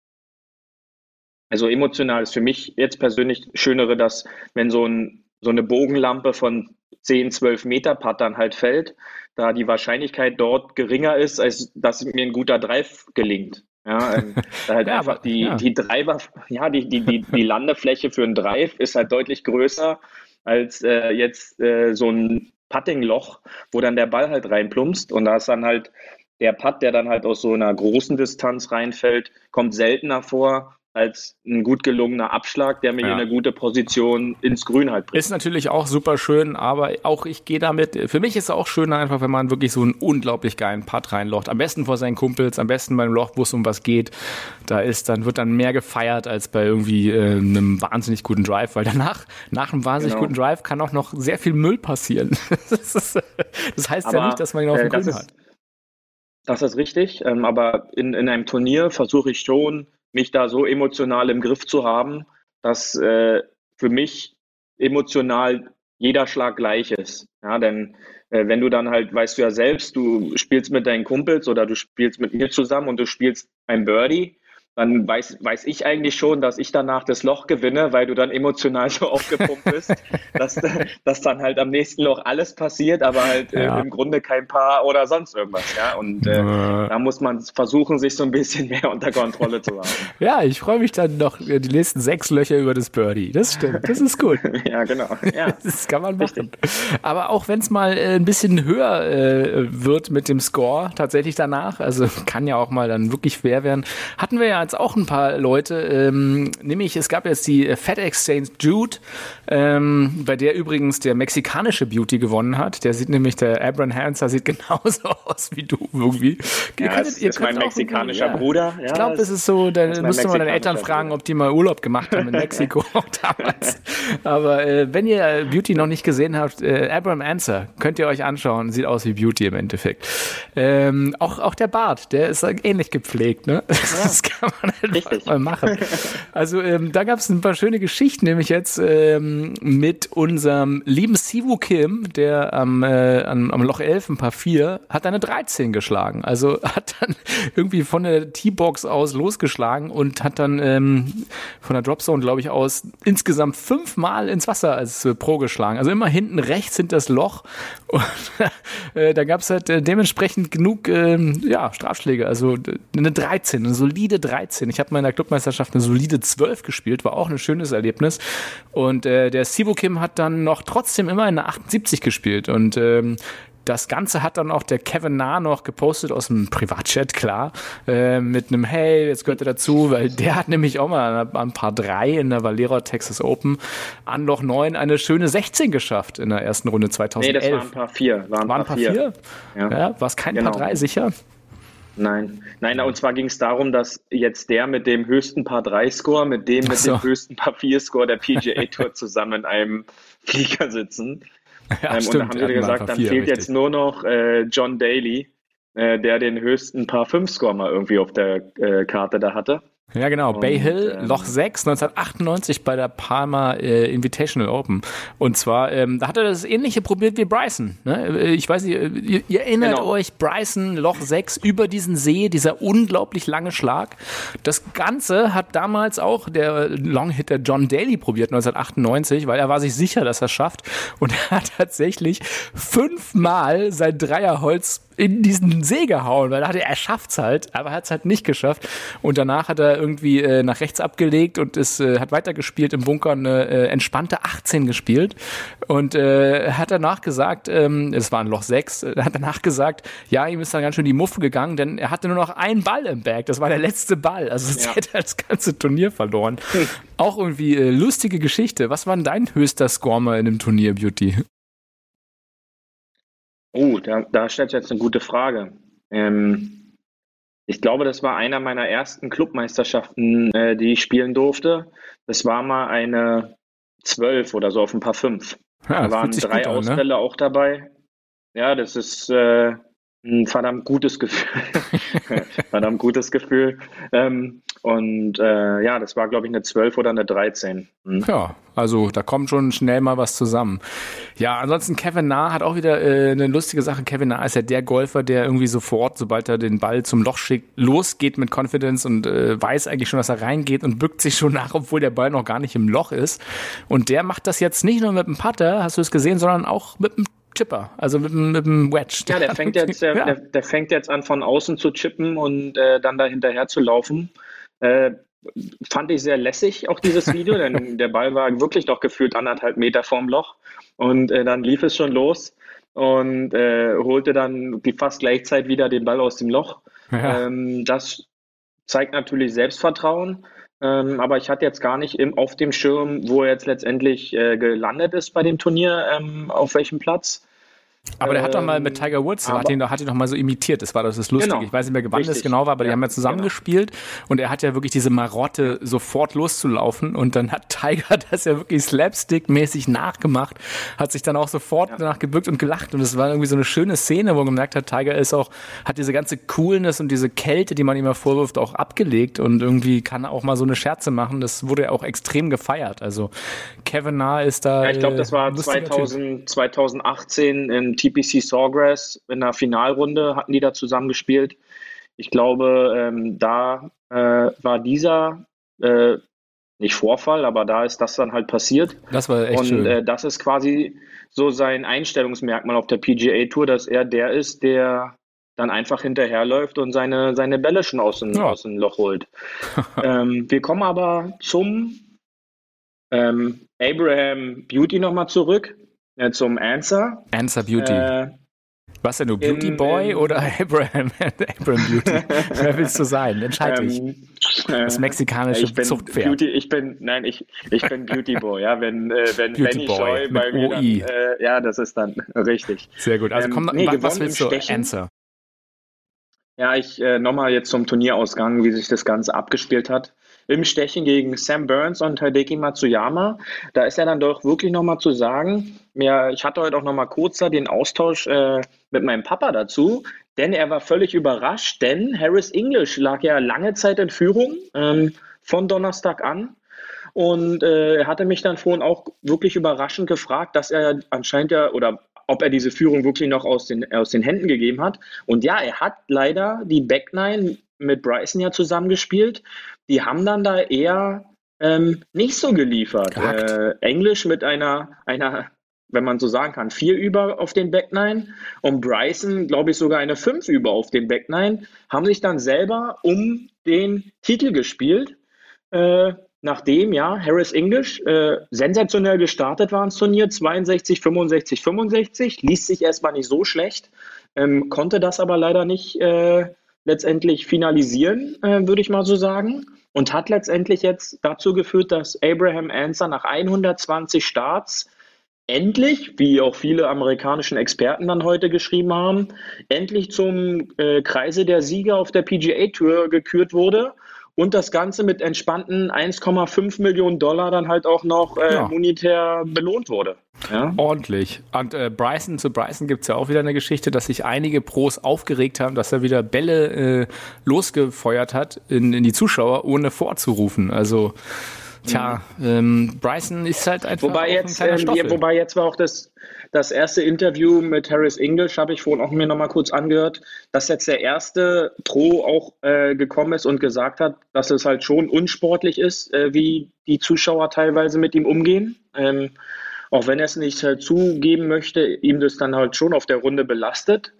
S3: Also emotional ist für mich jetzt persönlich Schönere, dass wenn so eine Bogenlampe von 10, 12 Meter Puttern halt fällt, da die Wahrscheinlichkeit dort geringer ist, als dass mir ein guter Drive gelingt. Ja, da halt einfach die Driver, die Landefläche für einen Drive ist halt deutlich größer als jetzt so ein Puttingloch, wo dann der Ball halt reinplumpst, und da ist dann halt der Putt, der dann halt aus so einer großen Distanz reinfällt, kommt seltener vor als ein gut gelungener Abschlag, der mich in eine gute Position ins Grün halt bringt.
S2: Ist natürlich auch super schön, aber auch ich gehe damit, für mich ist es auch schön einfach, wenn man wirklich so einen unglaublich geilen Putt reinlocht. Am besten vor seinen Kumpels, am besten beim Loch, wo es um was geht. Wird dann mehr gefeiert als bei irgendwie einem wahnsinnig guten Drive, weil nach einem wahnsinnig guten Drive kann auch noch sehr viel Müll passieren. Das heißt aber ja nicht, dass man ihn auf dem Grün hat.
S3: Das ist richtig, aber in einem Turnier versuche ich schon, mich da so emotional im Griff zu haben, dass für mich emotional jeder Schlag gleich ist. Ja, denn wenn du dann halt, weißt du ja selbst, du spielst mit deinen Kumpels oder du spielst mit mir zusammen und du spielst ein Birdie, dann weiß ich eigentlich schon, dass ich danach das Loch gewinne, weil du dann emotional so aufgepumpt bist, dass dann halt am nächsten Loch alles passiert, aber halt im Grunde kein Paar oder sonst irgendwas. Ja? Und da muss man versuchen, sich so ein bisschen mehr unter Kontrolle zu haben.
S2: Ja, ich freue mich dann noch die nächsten 6 Löcher über das Birdie. Das stimmt, das ist gut.
S3: Ja, genau. Ja.
S2: Das kann man machen. Aber auch wenn es mal ein bisschen höher wird mit dem Score tatsächlich danach, also kann ja auch mal dann wirklich fair werden, hatten wir ja jetzt auch ein paar Leute, nämlich es gab jetzt die FedEx St. Jude, bei der übrigens der mexikanische Beauty gewonnen hat. Der sieht nämlich, der Abraham Hanser sieht genauso aus wie du irgendwie.
S3: Das ist mein mexikanischer Bruder. Ja,
S2: ich glaube, es ist so, da müsste man deine Eltern fragen, ob die mal Urlaub gemacht haben in Mexiko damals. Aber wenn ihr Beauty noch nicht gesehen habt, Abraham Hanser, könnt ihr euch anschauen, sieht aus wie Beauty im Endeffekt. Auch der Bart, der ist ähnlich gepflegt, ne? Ja, das kann man halt mal machen. Also da gab es ein paar schöne Geschichten, nämlich jetzt mit unserem lieben Siwoo Kim, der am Loch 11 ein Paar 4 hat eine 13 geschlagen. Also hat dann irgendwie von der T-Box aus losgeschlagen und hat dann von der Dropzone, glaube ich, aus insgesamt 5-mal ins Wasser als Pro geschlagen. Also immer hinten rechts hinter das Loch. Und da gab es halt dementsprechend genug Strafschläge. Also eine 13, eine solide 13. Ich habe mal in der Clubmeisterschaft eine solide 12 gespielt, war auch ein schönes Erlebnis. Und der Siwoo Kim hat dann noch trotzdem immer in der 78 gespielt. Und das Ganze hat dann auch der Kevin Na noch gepostet aus dem Privatchat, klar, mit einem Hey, jetzt gehört er dazu, weil der hat nämlich auch mal ein Paar 3 in der Valero Texas Open an Loch 9 eine schöne 16 geschafft in der ersten Runde 2011. Nee,
S3: das waren ein Paar 4.
S2: Waren ein Paar 4? Ja, war es kein Paar 3, sicher?
S3: Nein, und zwar ging es darum, dass jetzt der mit dem höchsten Paar 3-Score, mit dem höchsten Paar 4-Score der PGA Tour zusammen in einem Flieger sitzen.
S2: Ja,
S3: und da haben sie gesagt, dann fehlt jetzt nur noch John Daly, der den höchsten Paar 5-Score mal irgendwie auf der Karte da hatte.
S2: Ja, genau. Bay Hill, Loch 6, 1998 bei der Palmer Invitational Open. Und zwar, da hat er das Ähnliche probiert wie Bryson. Ne? Ich weiß nicht, ihr erinnert euch, Bryson, Loch 6, über diesen See, dieser unglaublich lange Schlag. Das Ganze hat damals auch der Longhitter John Daly probiert, 1998, weil er war sich sicher, dass er es schafft. Und er hat tatsächlich 5-mal sein Dreierholz in diesen See gehauen, weil er dachte, er schafft's halt, aber er hat es halt nicht geschafft. Und danach hat er irgendwie nach rechts abgelegt und hat weitergespielt im Bunker, eine entspannte 18 gespielt und hat danach gesagt, es war ein Loch 6, hat danach gesagt, ja, ihm ist dann ganz schön die Muffe gegangen, denn er hatte nur noch einen Ball im Bag, das war der letzte Ball, also jetzt hätte er das ganze Turnier verloren. Auch irgendwie lustige Geschichte. Was war denn dein höchster Score mal in dem Turnier, Beauty?
S3: Oh, da stellt jetzt eine gute Frage. Ich glaube, das war einer meiner ersten Clubmeisterschaften, die ich spielen durfte. Das war mal eine 12 oder so auf ein Paar 5.
S2: Ja,
S3: da waren 3 Ausfälle auch dabei. Ja, das ist ein verdammt gutes Gefühl. Verdammt gutes Gefühl. Das war, glaube ich, eine 12 oder eine 13.
S2: Ja, also da kommt schon schnell mal was zusammen. Ja, ansonsten Kevin Na hat auch wieder eine lustige Sache. Kevin Na ist ja der Golfer, der irgendwie sofort, sobald er den Ball zum Loch schickt, losgeht mit Confidence und weiß eigentlich schon, dass er reingeht und bückt sich schon nach, obwohl der Ball noch gar nicht im Loch ist. Und der macht das jetzt nicht nur mit dem Putter, hast du es gesehen, sondern auch mit dem Chipper, also mit dem Wedge.
S3: Ja, der fängt jetzt an, von außen zu chippen und dann da hinterher zu laufen. Fand ich sehr lässig, auch dieses Video, denn der Ball war wirklich doch gefühlt 1,5 Meter vorm Loch und dann lief es schon los und holte dann fast gleichzeitig wieder den Ball aus dem Loch. Ja. Das zeigt natürlich Selbstvertrauen, aber ich hatte jetzt gar nicht auf dem Schirm, wo er jetzt letztendlich gelandet ist bei dem Turnier, auf welchem Platz.
S2: Aber der hat doch mal mit Tiger Woods, hat ihn doch mal so imitiert, das war das Lustige. Genau, ich weiß nicht mehr, wann das genau war, aber die haben ja zusammengespielt und er hat ja wirklich diese Marotte, sofort loszulaufen und dann hat Tiger das ja wirklich slapstick-mäßig nachgemacht, hat sich dann auch sofort danach gebückt und gelacht und es war irgendwie so eine schöne Szene, wo man gemerkt hat, Tiger hat diese ganze Coolness und diese Kälte, die man ihm vorwirft, auch abgelegt und irgendwie kann auch mal so eine Scherze machen, das wurde ja auch extrem gefeiert, also Kevin Na ist da...
S3: Ja, ich glaube, das war 2018 in TPC Sawgrass in der Finalrunde hatten die da zusammengespielt. Ich glaube, da war dieser nicht Vorfall, aber da ist das dann halt passiert.
S2: Das war echt schön.
S3: Und das ist quasi so sein Einstellungsmerkmal auf der PGA Tour, dass er der ist, der dann einfach hinterherläuft und seine Bälle schon aus dem Loch holt. Wir kommen aber zum Abraham Beauty nochmal zurück. Zum Answer.
S2: Answer Beauty. Was denn, du Beauty Boy oder Abraham Beauty? Wer willst du sein? Entscheid dich. Das mexikanische Zuchtpferd.
S3: Ich bin Beauty Boy, ja. Wenn
S2: Beauty
S3: Benny
S2: Boy
S3: Scheu
S2: mit
S3: bei mir
S2: OI.
S3: dann, ja, das ist dann richtig.
S2: Sehr gut. Also komm, was willst du? Answer.
S3: Ja, nochmal jetzt zum Turnierausgang, wie sich das Ganze abgespielt hat. Im Stechen gegen Sam Burns und Hideki Matsuyama, da ist ja dann doch wirklich nochmal zu sagen, ich hatte heute auch nochmal kurz da den Austausch mit meinem Papa dazu, denn er war völlig überrascht, denn Harris English lag ja lange Zeit in Führung von Donnerstag an. Und er hatte mich dann vorhin auch wirklich überraschend gefragt, dass er anscheinend oder ob er diese Führung wirklich noch aus den Händen gegeben hat. Und ja, er hat leider die Back Nine mit Bryson ja zusammengespielt. Die haben dann da eher nicht so geliefert. Englisch mit einer, wenn man so sagen kann, 4 über auf den Back Nine und Bryson, glaube ich, sogar eine 5 über auf den Back Nine, haben sich dann selber um den Titel gespielt. Nachdem Harris English sensationell gestartet war ins Turnier, 62, 65, 65, liest sich erstmal nicht so schlecht, konnte das aber leider nicht letztendlich finalisieren, würde ich mal so sagen, und hat letztendlich jetzt dazu geführt, dass Abraham Ancer nach 120 Starts endlich, wie auch viele amerikanischen Experten dann heute geschrieben haben, endlich zum Kreise der Sieger auf der PGA Tour gekürt wurde. Und das Ganze mit entspannten 1,5 Millionen Dollar dann halt auch noch monetär belohnt wurde. Ja?
S2: Ordentlich. Und zu Bryson gibt es ja auch wieder eine Geschichte, dass sich einige Pros aufgeregt haben, dass er wieder Bälle losgefeuert hat in die Zuschauer, ohne vorzurufen. Also, Bryson ist halt einfach
S3: wobei jetzt war auch das erste Interview mit Harris English, habe ich vorhin auch mir nochmal kurz angehört, dass jetzt der erste Pro auch gekommen ist und gesagt hat, dass es halt schon unsportlich ist, wie die Zuschauer teilweise mit ihm umgehen. Auch wenn er es nicht zugeben möchte, ihm das dann halt schon auf der Runde belastet.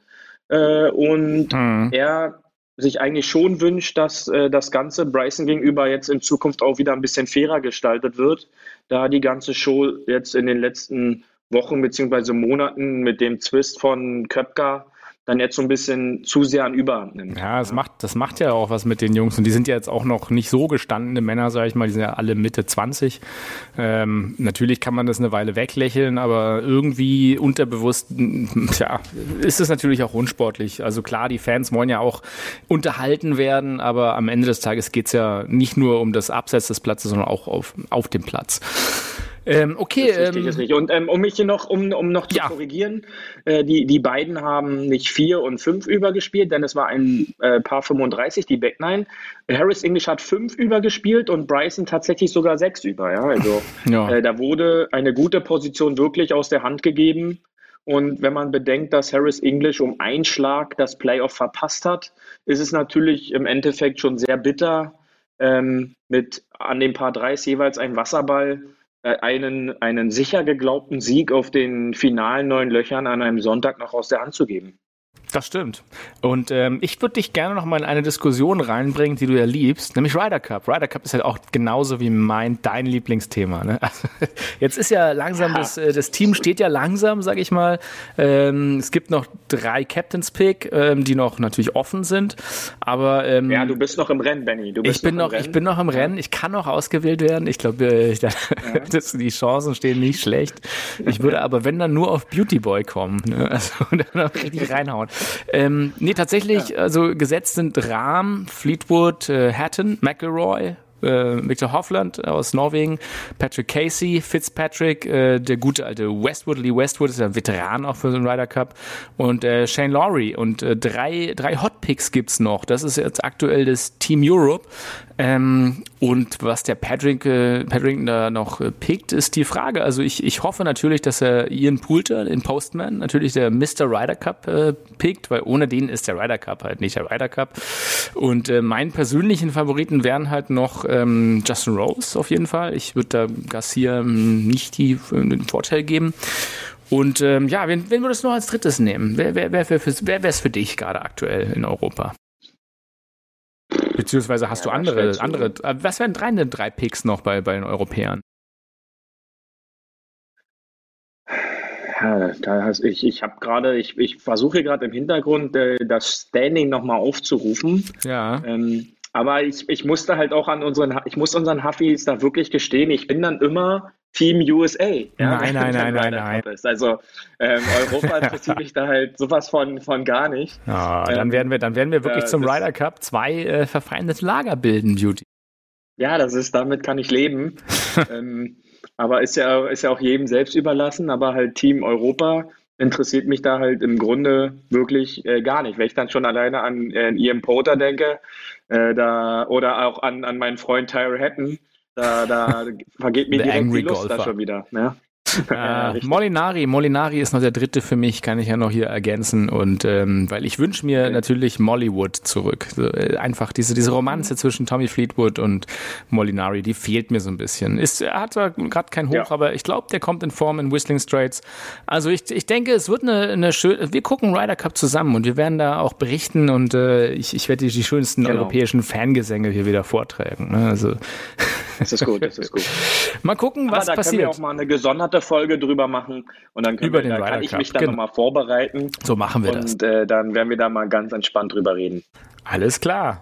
S3: Und er sich eigentlich schon wünscht, dass das Ganze Bryson gegenüber jetzt in Zukunft auch wieder ein bisschen fairer gestaltet wird, da die ganze Show jetzt in den letzten Wochen bzw. Monaten mit dem Twist von Koepka dann jetzt so ein bisschen zu sehr an Überhand nimmt.
S2: Ja, das macht ja auch was mit den Jungs und die sind ja jetzt auch noch nicht so gestandene Männer, sag ich mal, die sind ja alle Mitte 20. Natürlich kann man das eine Weile weglächeln, aber irgendwie unterbewusst, ist es natürlich auch unsportlich. Also klar, die Fans wollen ja auch unterhalten werden, aber am Ende des Tages geht's ja nicht nur um das Abseits des Platzes, sondern auch auf dem Platz. Okay.
S3: Das ist richtig. Und um mich hier noch, um noch zu korrigieren, die beiden haben nicht 4 und 5 übergespielt, denn es war ein Paar 35, die Back Nine. Harris English hat 5 übergespielt und Bryson tatsächlich sogar 6 über. Ja? Also da wurde eine gute Position wirklich aus der Hand gegeben. Und wenn man bedenkt, dass Harris English um einen Schlag das Playoff verpasst hat, ist es natürlich im Endeffekt schon sehr bitter, mit an den Paar 3 jeweils ein Wasserball einen sicher geglaubten Sieg auf den finalen 9 Löchern an einem Sonntag noch aus der Hand zu geben.
S2: Das stimmt. Und ich würde dich gerne noch mal in eine Diskussion reinbringen, die du ja liebst, nämlich Ryder Cup. Ryder Cup ist halt auch genauso wie dein Lieblingsthema. Ne? Also, jetzt ist ja langsam, das Team steht ja langsam, sag ich mal. Es gibt noch 3 Captain's Pick, die noch natürlich offen sind. Aber
S3: du bist noch im Rennen, Benny.
S2: Ich bin noch im Rennen. Ich kann noch ausgewählt werden. Ich glaube, die Chancen stehen nicht schlecht. Ich würde aber, wenn dann, nur auf Beauty Boy kommen. Ne? Also dann auch richtig reinhauen. Tatsächlich, also gesetzt sind Rahm, Fleetwood, Hatton, McIlroy, Victor Hovland aus Norwegen, Patrick Casey, Fitzpatrick, der gute alte Lee Westwood ist ja ein Veteran auch für den Ryder Cup und Shane Lowry und 3 Hotpicks gibt's noch. Das ist jetzt aktuell das Team Europe. Und was der Paddrington da noch pickt, ist die Frage. Also ich hoffe natürlich, dass er Ian Poulter, den Postman, natürlich der Mr. Ryder Cup pickt, weil ohne den ist der Ryder Cup halt nicht der Ryder Cup. Und meinen persönlichen Favoriten wären halt noch Justin Rose auf jeden Fall. Ich würde da Garcia nicht den Vorteil geben. Und wen würdest du noch als drittes nehmen? Wer wäre es für dich gerade aktuell in Europa? Beziehungsweise hast du andere, was wären deine 3 Picks noch bei den Europäern?
S3: Ja, ich versuche gerade im Hintergrund das Standing nochmal aufzurufen.
S2: Ja.
S3: Aber ich musste halt auch ich muss unseren Huffis da wirklich gestehen, ich bin dann immer Team USA, ja,
S2: Nein, nein, nein,
S3: wenn
S2: nein,
S3: Ryder
S2: nein.
S3: Cup ist. Also Europa interessiert mich da halt sowas von gar nicht.
S2: Ja, dann werden wir wirklich zum
S3: das,
S2: Ryder Cup zwei verfeindete Lager bilden, Beauty.
S3: ja, damit kann ich leben. Aber ist ja auch jedem selbst überlassen, aber halt Team Europa interessiert mich da halt im Grunde wirklich gar nicht. Wenn ich dann schon alleine an Ian Poulter denke, oder auch an meinen Freund Tyrell Hatton, da vergeht mir
S2: The
S3: direkt die
S2: Angry
S3: Lust da
S2: Golfer.
S3: schon wieder. Ne? Ja, richtig.
S2: Molinari ist noch der dritte für mich, kann ich ja noch hier ergänzen. Und weil ich wünsche mir natürlich Mollywood zurück. So, einfach diese Romanze zwischen Tommy Fleetwood und Molinari, die fehlt mir so ein bisschen. Er hat zwar gerade kein Hoch,
S3: Ja.
S2: aber ich glaube, der kommt in Form in Whistling Straits. Also ich denke, es wird eine schöne. Wir gucken Ryder Cup zusammen und wir werden da auch berichten und ich werde die schönsten
S3: Genau.
S2: europäischen Fangesänge hier wieder vortragen. Ne? Also
S3: Das ist gut, das ist gut.
S2: mal gucken,
S3: Aber
S2: was
S3: da können wir
S2: passiert.
S3: auch mal eine gesonderte Folge drüber machen und dann
S2: Über den
S3: da
S2: Ryder
S3: kann ich
S2: Cup,
S3: mich dann
S2: genau.
S3: nochmal vorbereiten
S2: So machen wir das.
S3: und dann werden wir da mal ganz entspannt drüber reden.
S2: Alles klar.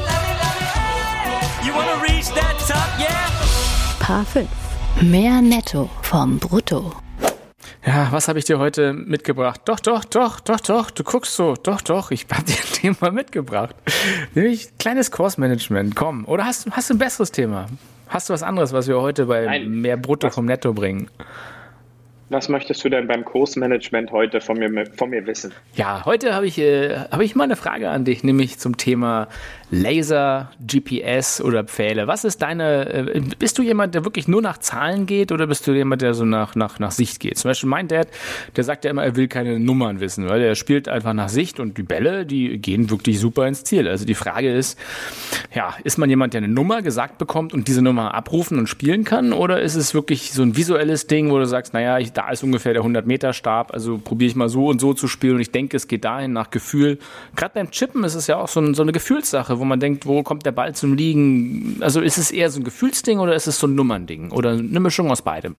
S4: You wanna reach that top, yeah?
S1: Paar 5. Mehr Netto vom Brutto.
S2: Ja, was habe ich dir heute mitgebracht? Doch, du guckst so. Doch, ich habe dir ein Thema mitgebracht. Nämlich kleines Kursmanagement, komm. Oder hast du ein besseres Thema? Hast du was anderes, was wir heute bei
S3: Nein.
S2: mehr Brutto vom Netto bringen?
S3: Was möchtest du denn beim Kursmanagement heute von mir wissen?
S2: Ja, heute habe ich mal eine Frage an dich, nämlich zum Thema Laser, GPS oder Pfähle. Was ist bist du jemand, der wirklich nur nach Zahlen geht oder bist du jemand, der so nach Sicht geht? Zum Beispiel mein Dad, der sagt ja immer, er will keine Nummern wissen, weil er spielt einfach nach Sicht und die Bälle, die gehen wirklich super ins Ziel. Also die Frage ist, ja, ist man jemand, der eine Nummer gesagt bekommt und diese Nummer abrufen und spielen kann oder ist es wirklich so ein visuelles Ding, wo du sagst, naja, da ist ungefähr der 100-Meter-Stab, also probiere ich mal so und so zu spielen und ich denke, es geht dahin nach Gefühl. Gerade beim Chippen ist es ja auch so eine Gefühlssache, wo man denkt, wo kommt der Ball zum Liegen? Also ist es eher so ein Gefühlsding oder ist es so ein Nummernding oder eine Mischung aus beidem?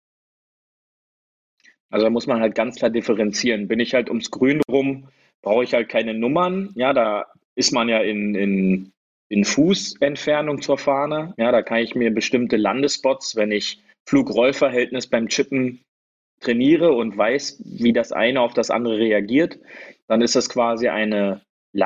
S3: Also da muss man halt ganz klar differenzieren. Bin ich halt ums Grün rum, brauche ich halt keine Nummern. Ja, da ist man ja in Fußentfernung zur Fahne. Ja, da kann ich mir bestimmte Landespots, wenn ich Flug-Roll-Verhältnis beim Chippen trainiere und weiß, wie das eine auf das andere reagiert, dann ist das quasi eine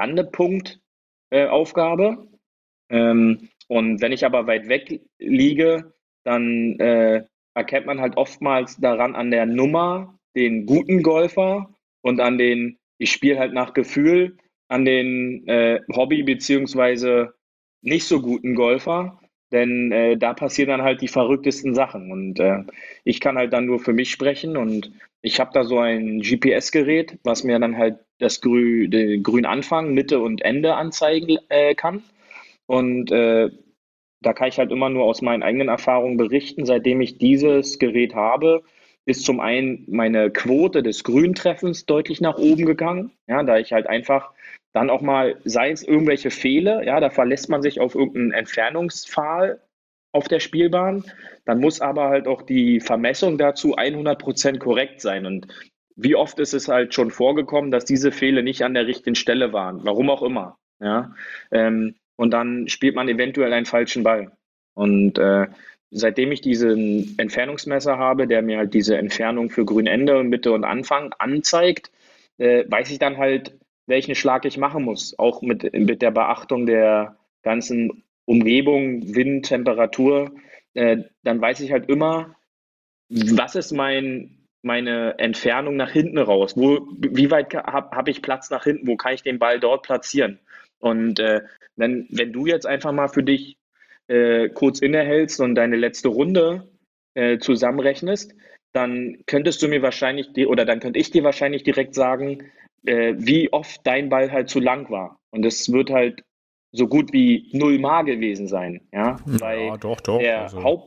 S3: Landepunkt-Aufgabe. Und wenn ich aber weit weg liege, dann erkennt man halt oftmals daran an der Nummer den guten Golfer und ich spiele halt nach Gefühl, an den Hobby- beziehungsweise nicht so guten Golfer, denn da passieren dann halt die verrücktesten Sachen und ich kann halt dann nur für mich sprechen und ich habe da so ein GPS-Gerät, was mir dann halt den Grünanfang, Mitte und Ende anzeigen kann und da kann ich halt immer nur aus meinen eigenen Erfahrungen berichten. Seitdem ich dieses Gerät habe, ist zum einen meine Quote des Grüntreffens deutlich nach oben gegangen, ja, da ich halt einfach dann auch mal, sei es irgendwelche Fehler, ja, da verlässt man sich auf irgendeinen Entfernungspfahl auf der Spielbahn, dann muss aber halt auch die Vermessung dazu 100% korrekt sein. Und wie oft ist es halt schon vorgekommen, dass diese Fehler nicht an der richtigen Stelle waren, warum auch immer, ja. Und dann spielt man eventuell einen falschen Ball. Und seitdem ich diesen Entfernungsmesser habe, der mir halt diese Entfernung für Grünende, Mitte und Anfang anzeigt, weiß ich dann halt, welchen Schlag ich machen muss. Auch mit der Beachtung der ganzen Umgebung, Wind, Temperatur. Dann weiß ich halt immer, was ist meine Entfernung nach hinten raus? Wie weit hab ich Platz nach hinten? Wo kann ich den Ball dort platzieren? Und wenn du jetzt einfach mal für dich kurz innehältst und deine letzte Runde zusammenrechnest, dann könntest du mir wahrscheinlich, dann könnte ich dir wahrscheinlich direkt sagen, wie oft dein Ball halt zu lang war. Und es wird halt so gut wie 0 Mal gewesen sein. Ja,
S2: Ja, doch.
S3: der
S2: Also.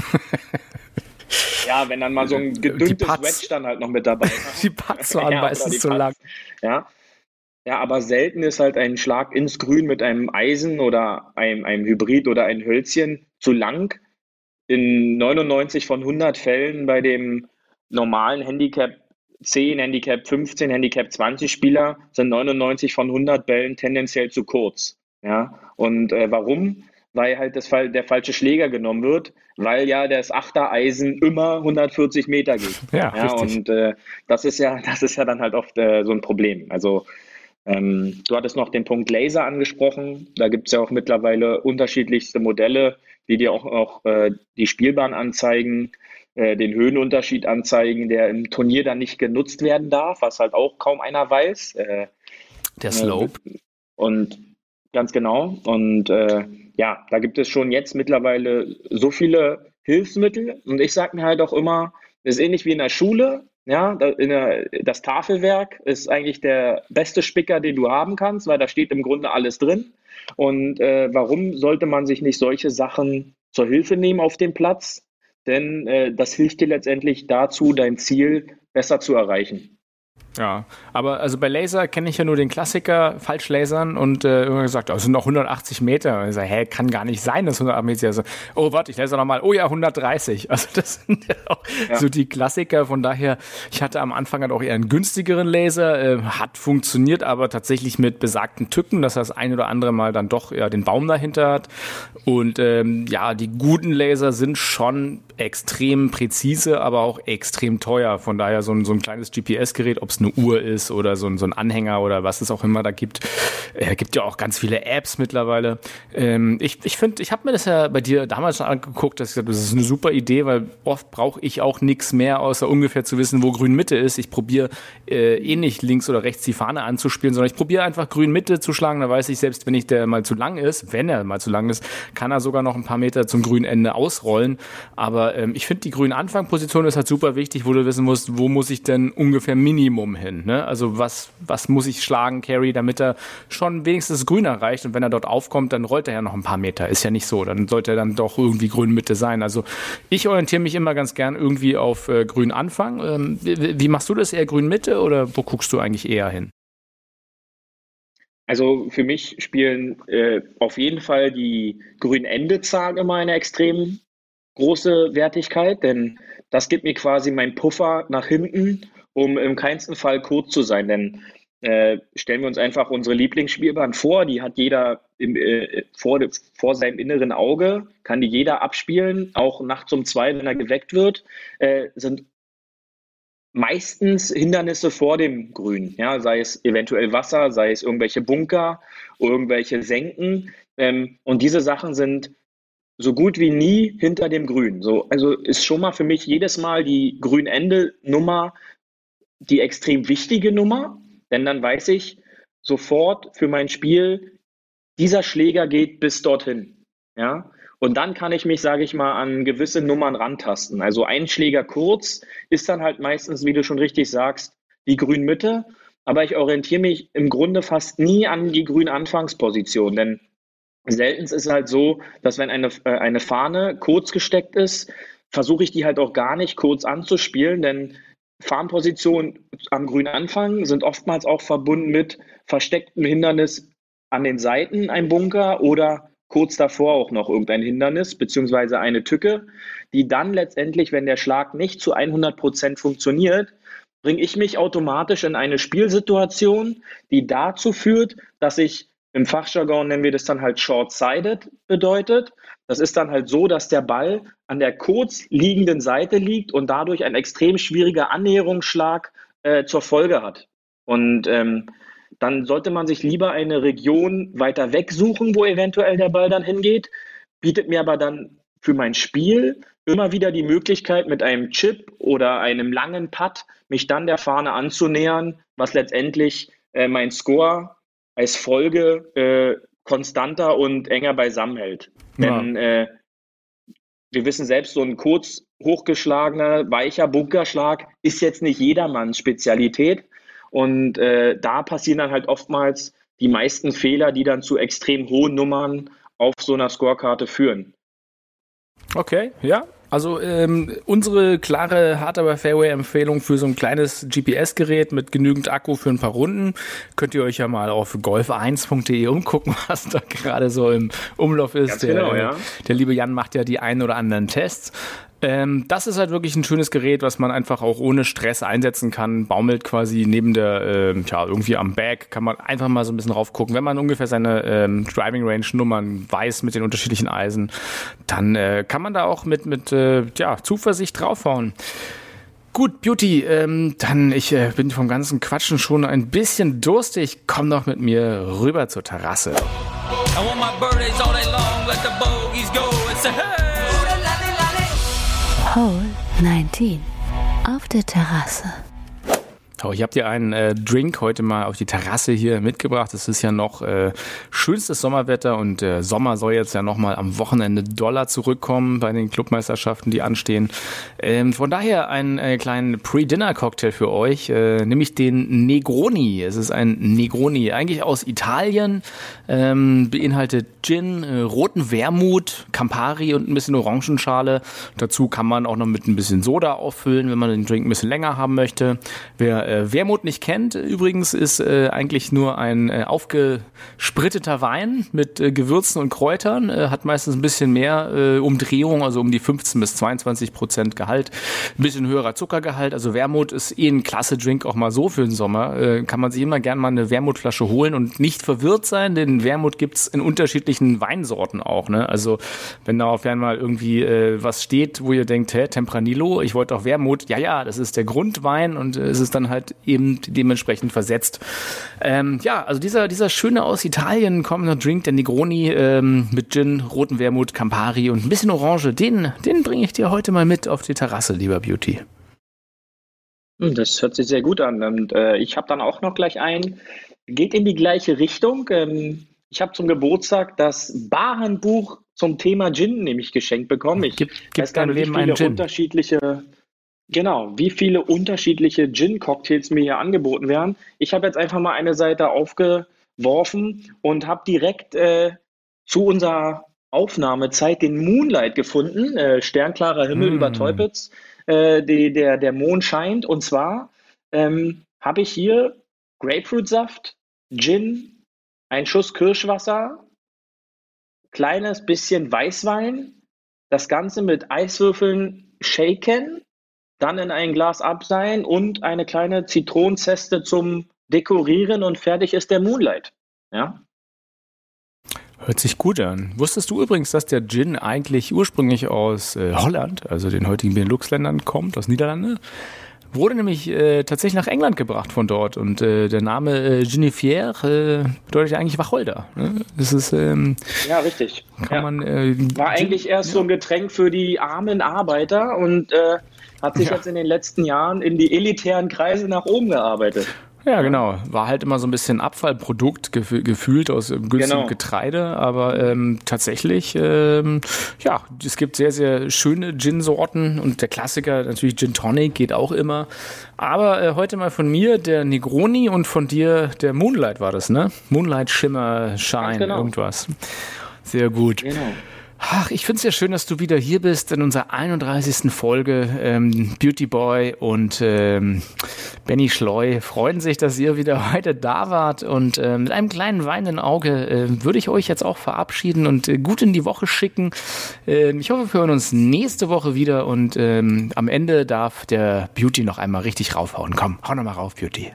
S3: Ja, wenn dann mal so ein gedünntes Wedge dann halt noch mit dabei ist.
S2: Die Putts waren
S3: Ja,
S2: meistens
S3: oder die
S2: zu lang.
S3: Putts. Ja. Ja, aber selten ist halt ein Schlag ins Grün mit einem Eisen oder einem Hybrid oder ein Hölzchen zu lang. In 99 von 100 Fällen bei dem normalen Handicap 10, Handicap 15, Handicap 20 Spieler sind 99 von 100 Bällen tendenziell zu kurz. Ja? Und warum? Weil halt der falsche Schläger genommen wird, weil ja das Achtereisen immer 140 Meter geht.
S2: Ja,
S3: und das ist ja dann halt oft so ein Problem. Also du hattest noch den Punkt Laser angesprochen. Da gibt es ja auch mittlerweile unterschiedlichste Modelle, die dir auch die Spielbahn anzeigen, den Höhenunterschied anzeigen, der im Turnier dann nicht genutzt werden darf, was halt auch kaum einer weiß.
S2: Der Slope.
S3: Und ganz genau. Und ja, da gibt es schon jetzt mittlerweile so viele Hilfsmittel. Und ich sage mir halt auch immer, das ist ähnlich wie in der Schule. Ja, das Tafelwerk ist eigentlich der beste Spicker, den du haben kannst, weil da steht im Grunde alles drin. Und warum sollte man sich nicht solche Sachen zur Hilfe nehmen auf dem Platz? Denn das hilft dir letztendlich dazu, dein Ziel besser zu erreichen.
S2: Ja, aber also bei Laser kenne ich ja nur den Klassiker, Falschlasern, und irgendwann gesagt, das sind noch 180 Meter. Und ich sage, kann gar nicht sein, das 180 Meter. Also, oh, warte, ich laser nochmal. Oh ja, 130. Also das sind ja auch so die Klassiker. Von daher, ich hatte am Anfang halt auch eher einen günstigeren Laser, hat funktioniert, aber tatsächlich mit besagten Tücken, dass das ein oder andere Mal dann doch den Baum dahinter hat. Und ja, die guten Laser sind schon extrem präzise, aber auch extrem teuer. Von daher so ein kleines GPS-Gerät, ob es eine Uhr ist oder so ein Anhänger oder was es auch immer da gibt. Gibt ja auch ganz viele Apps mittlerweile. Ich finde, ich habe mir das ja bei dir damals schon angeguckt, dass ich gesagt, das ist eine super Idee, weil oft brauche ich auch nichts mehr, außer ungefähr zu wissen, wo Grün-Mitte ist. Ich probiere nicht links oder rechts die Fahne anzuspielen, sondern ich probiere einfach Grün-Mitte zu schlagen. Da weiß ich, selbst wenn der mal zu lang ist, wenn er mal zu lang ist, kann er sogar noch ein paar Meter zum Grünende ausrollen. Aber ich finde, die Grün-Anfang-Position ist halt super wichtig, wo du wissen musst, wo muss ich denn ungefähr Minimum hin, ne? Also was muss ich schlagen, Carry, damit er schon wenigstens das Grün erreicht, und wenn er dort aufkommt, dann rollt er ja noch ein paar Meter, ist ja nicht so, dann sollte er dann doch irgendwie Grün-Mitte sein. Also ich orientiere mich immer ganz gern irgendwie auf Grün-Anfang. Wie machst du das, eher Grün-Mitte, oder wo guckst du eigentlich eher hin?
S3: Also für mich spielen auf jeden Fall die Grünende-Zagen immer eine extrem große Wertigkeit, denn das gibt mir quasi meinen Puffer nach hinten, um im keinsten Fall kurz zu sein. Denn stellen wir uns einfach unsere Lieblingsspielbahn vor, die hat jeder vor seinem inneren Auge, kann die jeder abspielen, auch nachts um 2, wenn er geweckt wird, sind meistens Hindernisse vor dem Grün, ja, sei es eventuell Wasser, sei es irgendwelche Bunker, irgendwelche Senken, und diese Sachen sind so gut wie nie hinter dem Grün. So, also ist schon mal für mich jedes Mal die Grünende-Nummer die extrem wichtige Nummer, denn dann weiß ich sofort für mein Spiel, dieser Schläger geht bis dorthin. Ja? Und dann kann ich mich, sage ich mal, an gewisse Nummern rantasten. Also ein Schläger kurz ist dann halt meistens, wie du schon richtig sagst, die Grünmitte, aber ich orientiere mich im Grunde fast nie an die Grün-Anfangsposition, denn selten ist es halt so, dass wenn eine Fahne kurz gesteckt ist, versuche ich die halt auch gar nicht kurz anzuspielen, denn Fahnenpositionen am Grünanfang sind oftmals auch verbunden mit verstecktem Hindernis an den Seiten, ein Bunker, oder kurz davor auch noch irgendein Hindernis beziehungsweise eine Tücke, die dann letztendlich, wenn der Schlag nicht zu 100% funktioniert, bringe ich mich automatisch in eine Spielsituation, die dazu führt, dass ich, im Fachjargon nennen wir das dann halt short-sided bedeutet. Das ist dann halt so, dass der Ball an der kurz liegenden Seite liegt und dadurch ein extrem schwieriger Annäherungsschlag zur Folge hat. Und dann sollte man sich lieber eine Region weiter weg suchen, wo eventuell der Ball dann hingeht, bietet mir aber dann für mein Spiel immer wieder die Möglichkeit, mit einem Chip oder einem langen Putt mich dann der Fahne anzunähern, was letztendlich mein Score als Folge konstanter und enger beisammen hält. Ja. Denn wir wissen selbst, so ein kurz hochgeschlagener, weicher Bunkerschlag ist jetzt nicht jedermanns Spezialität. Und da passieren dann halt oftmals die meisten Fehler, die dann zu extrem hohen Nummern auf so einer Scorekarte führen.
S2: Okay, ja. Also unsere klare Hard-Aber-Fairway-Empfehlung für so ein kleines GPS-Gerät mit genügend Akku für ein paar Runden, könnt ihr euch ja mal auf golf1.de umgucken, was da gerade so im Umlauf ist.
S3: Ganz genau, ja.
S2: Der liebe Jan macht ja die einen oder anderen Tests. Das ist halt wirklich ein schönes Gerät, was man einfach auch ohne Stress einsetzen kann. Baumelt quasi neben der, irgendwie am Bag, kann man einfach mal so ein bisschen raufgucken. Wenn man ungefähr seine Driving Range Nummern weiß mit den unterschiedlichen Eisen, dann kann man da auch mit Zuversicht draufhauen. Gut, Beauty, ich bin vom ganzen Quatschen schon ein bisschen durstig. Komm doch mit mir rüber zur Terrasse.
S4: I want my birthdays all day long, let the bogeys go. It's a hey!
S1: Hole 19 auf der Terrasse.
S2: Ich habe dir einen Drink heute mal auf die Terrasse hier mitgebracht. Es ist ja noch schönstes Sommerwetter und Sommer soll jetzt ja nochmal am Wochenende doller zurückkommen bei den Clubmeisterschaften, die anstehen. Von daher einen kleinen Pre-Dinner-Cocktail für euch, nämlich den Negroni. Es ist ein Negroni, eigentlich aus Italien, beinhaltet Gin, roten Wermut, Campari und ein bisschen Orangenschale. Dazu kann man auch noch mit ein bisschen Soda auffüllen, wenn man den Drink ein bisschen länger haben möchte. Wer Wermut nicht kennt, übrigens, ist eigentlich nur ein aufgespritteter Wein mit Gewürzen und Kräutern, hat meistens ein bisschen mehr Umdrehung, also um die 15-22% Gehalt, ein bisschen höherer Zuckergehalt, also Wermut ist ein klasse Drink auch mal so für den Sommer, kann man sich immer gerne mal eine Wermutflasche holen und nicht verwirrt sein, denn Wermut gibt's in unterschiedlichen Weinsorten auch, ne? Also wenn da auf einmal irgendwie was steht, wo ihr denkt, Tempranillo, ich wollte auch Wermut, ja, das ist der Grundwein und es ist dann halt eben dementsprechend versetzt. Also dieser schöne aus Italien kommende Drink, der Negroni mit Gin, roten Wermut, Campari und ein bisschen Orange, den bringe ich dir heute mal mit auf die Terrasse, lieber Beauty.
S3: Das hört sich sehr gut an und ich habe dann auch noch gleich einen, geht in die gleiche Richtung. Ich habe zum Geburtstag das Barhandbuch zum Thema Gin nämlich geschenkt bekommen. Ich weiß gar nicht, wie viele unterschiedliche Gin-Cocktails mir hier angeboten werden. Ich habe jetzt einfach mal eine Seite aufgeworfen und habe direkt zu unserer Aufnahmezeit den Moonlight gefunden. Sternklarer Himmel über Teupitz. Der Mond scheint. Und zwar habe ich hier Grapefruitsaft, Gin, ein Schuss Kirschwasser, kleines bisschen Weißwein, das Ganze mit Eiswürfeln shaken, dann in ein Glas abseihen und eine kleine Zitronenzeste zum Dekorieren und fertig ist der Moonlight. Ja?
S2: Hört sich gut an. Wusstest du übrigens, dass der Gin eigentlich ursprünglich aus Holland, also den heutigen Benelux-Ländern, kommt, aus Niederlande? Wurde nämlich tatsächlich nach England gebracht von dort und der Name Ginifier bedeutet ja eigentlich Wacholder. Ne? Das ist
S3: ja, richtig. War eigentlich erst so ein Getränk für die armen Arbeiter und hat sich jetzt in den letzten Jahren in die elitären Kreise nach oben gearbeitet.
S2: Ja, genau. War halt immer so ein bisschen Abfallprodukt gefühlt aus günstigem Getreide, aber tatsächlich, es gibt sehr, sehr schöne Gin-Sorten und der Klassiker natürlich Gin Tonic geht auch immer. Aber heute mal von mir der Negroni und von dir der Moonlight war das, ne? Moonlight, Shimmer, Shine, irgendwas. Sehr gut. Genau. Ach, ich finde es ja schön, dass du wieder hier bist in unserer 31. Folge. Beauty Boy und Benny Schleu freuen sich, dass ihr wieder heute da wart. Und mit einem kleinen weinenden Auge würde ich euch jetzt auch verabschieden und gut in die Woche schicken. Ich hoffe, wir hören uns nächste Woche wieder und am Ende darf der Beauty noch einmal richtig raufhauen. Komm, hau noch mal rauf, Beauty.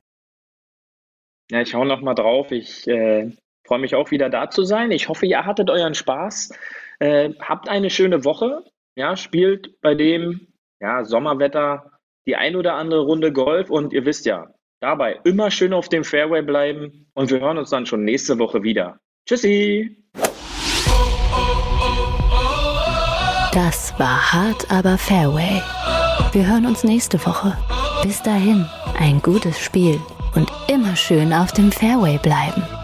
S3: Ja, ich hau noch mal drauf. Ich freue mich auch wieder da zu sein. Ich hoffe, ihr hattet euren Spaß. Habt eine schöne Woche, ja, spielt bei dem Sommerwetter die ein oder andere Runde Golf und ihr wisst ja, dabei immer schön auf dem Fairway bleiben und wir hören uns dann schon nächste Woche wieder. Tschüssi!
S1: Das war hart, aber Fairway. Wir hören uns nächste Woche. Bis dahin, ein gutes Spiel und immer schön auf dem Fairway bleiben.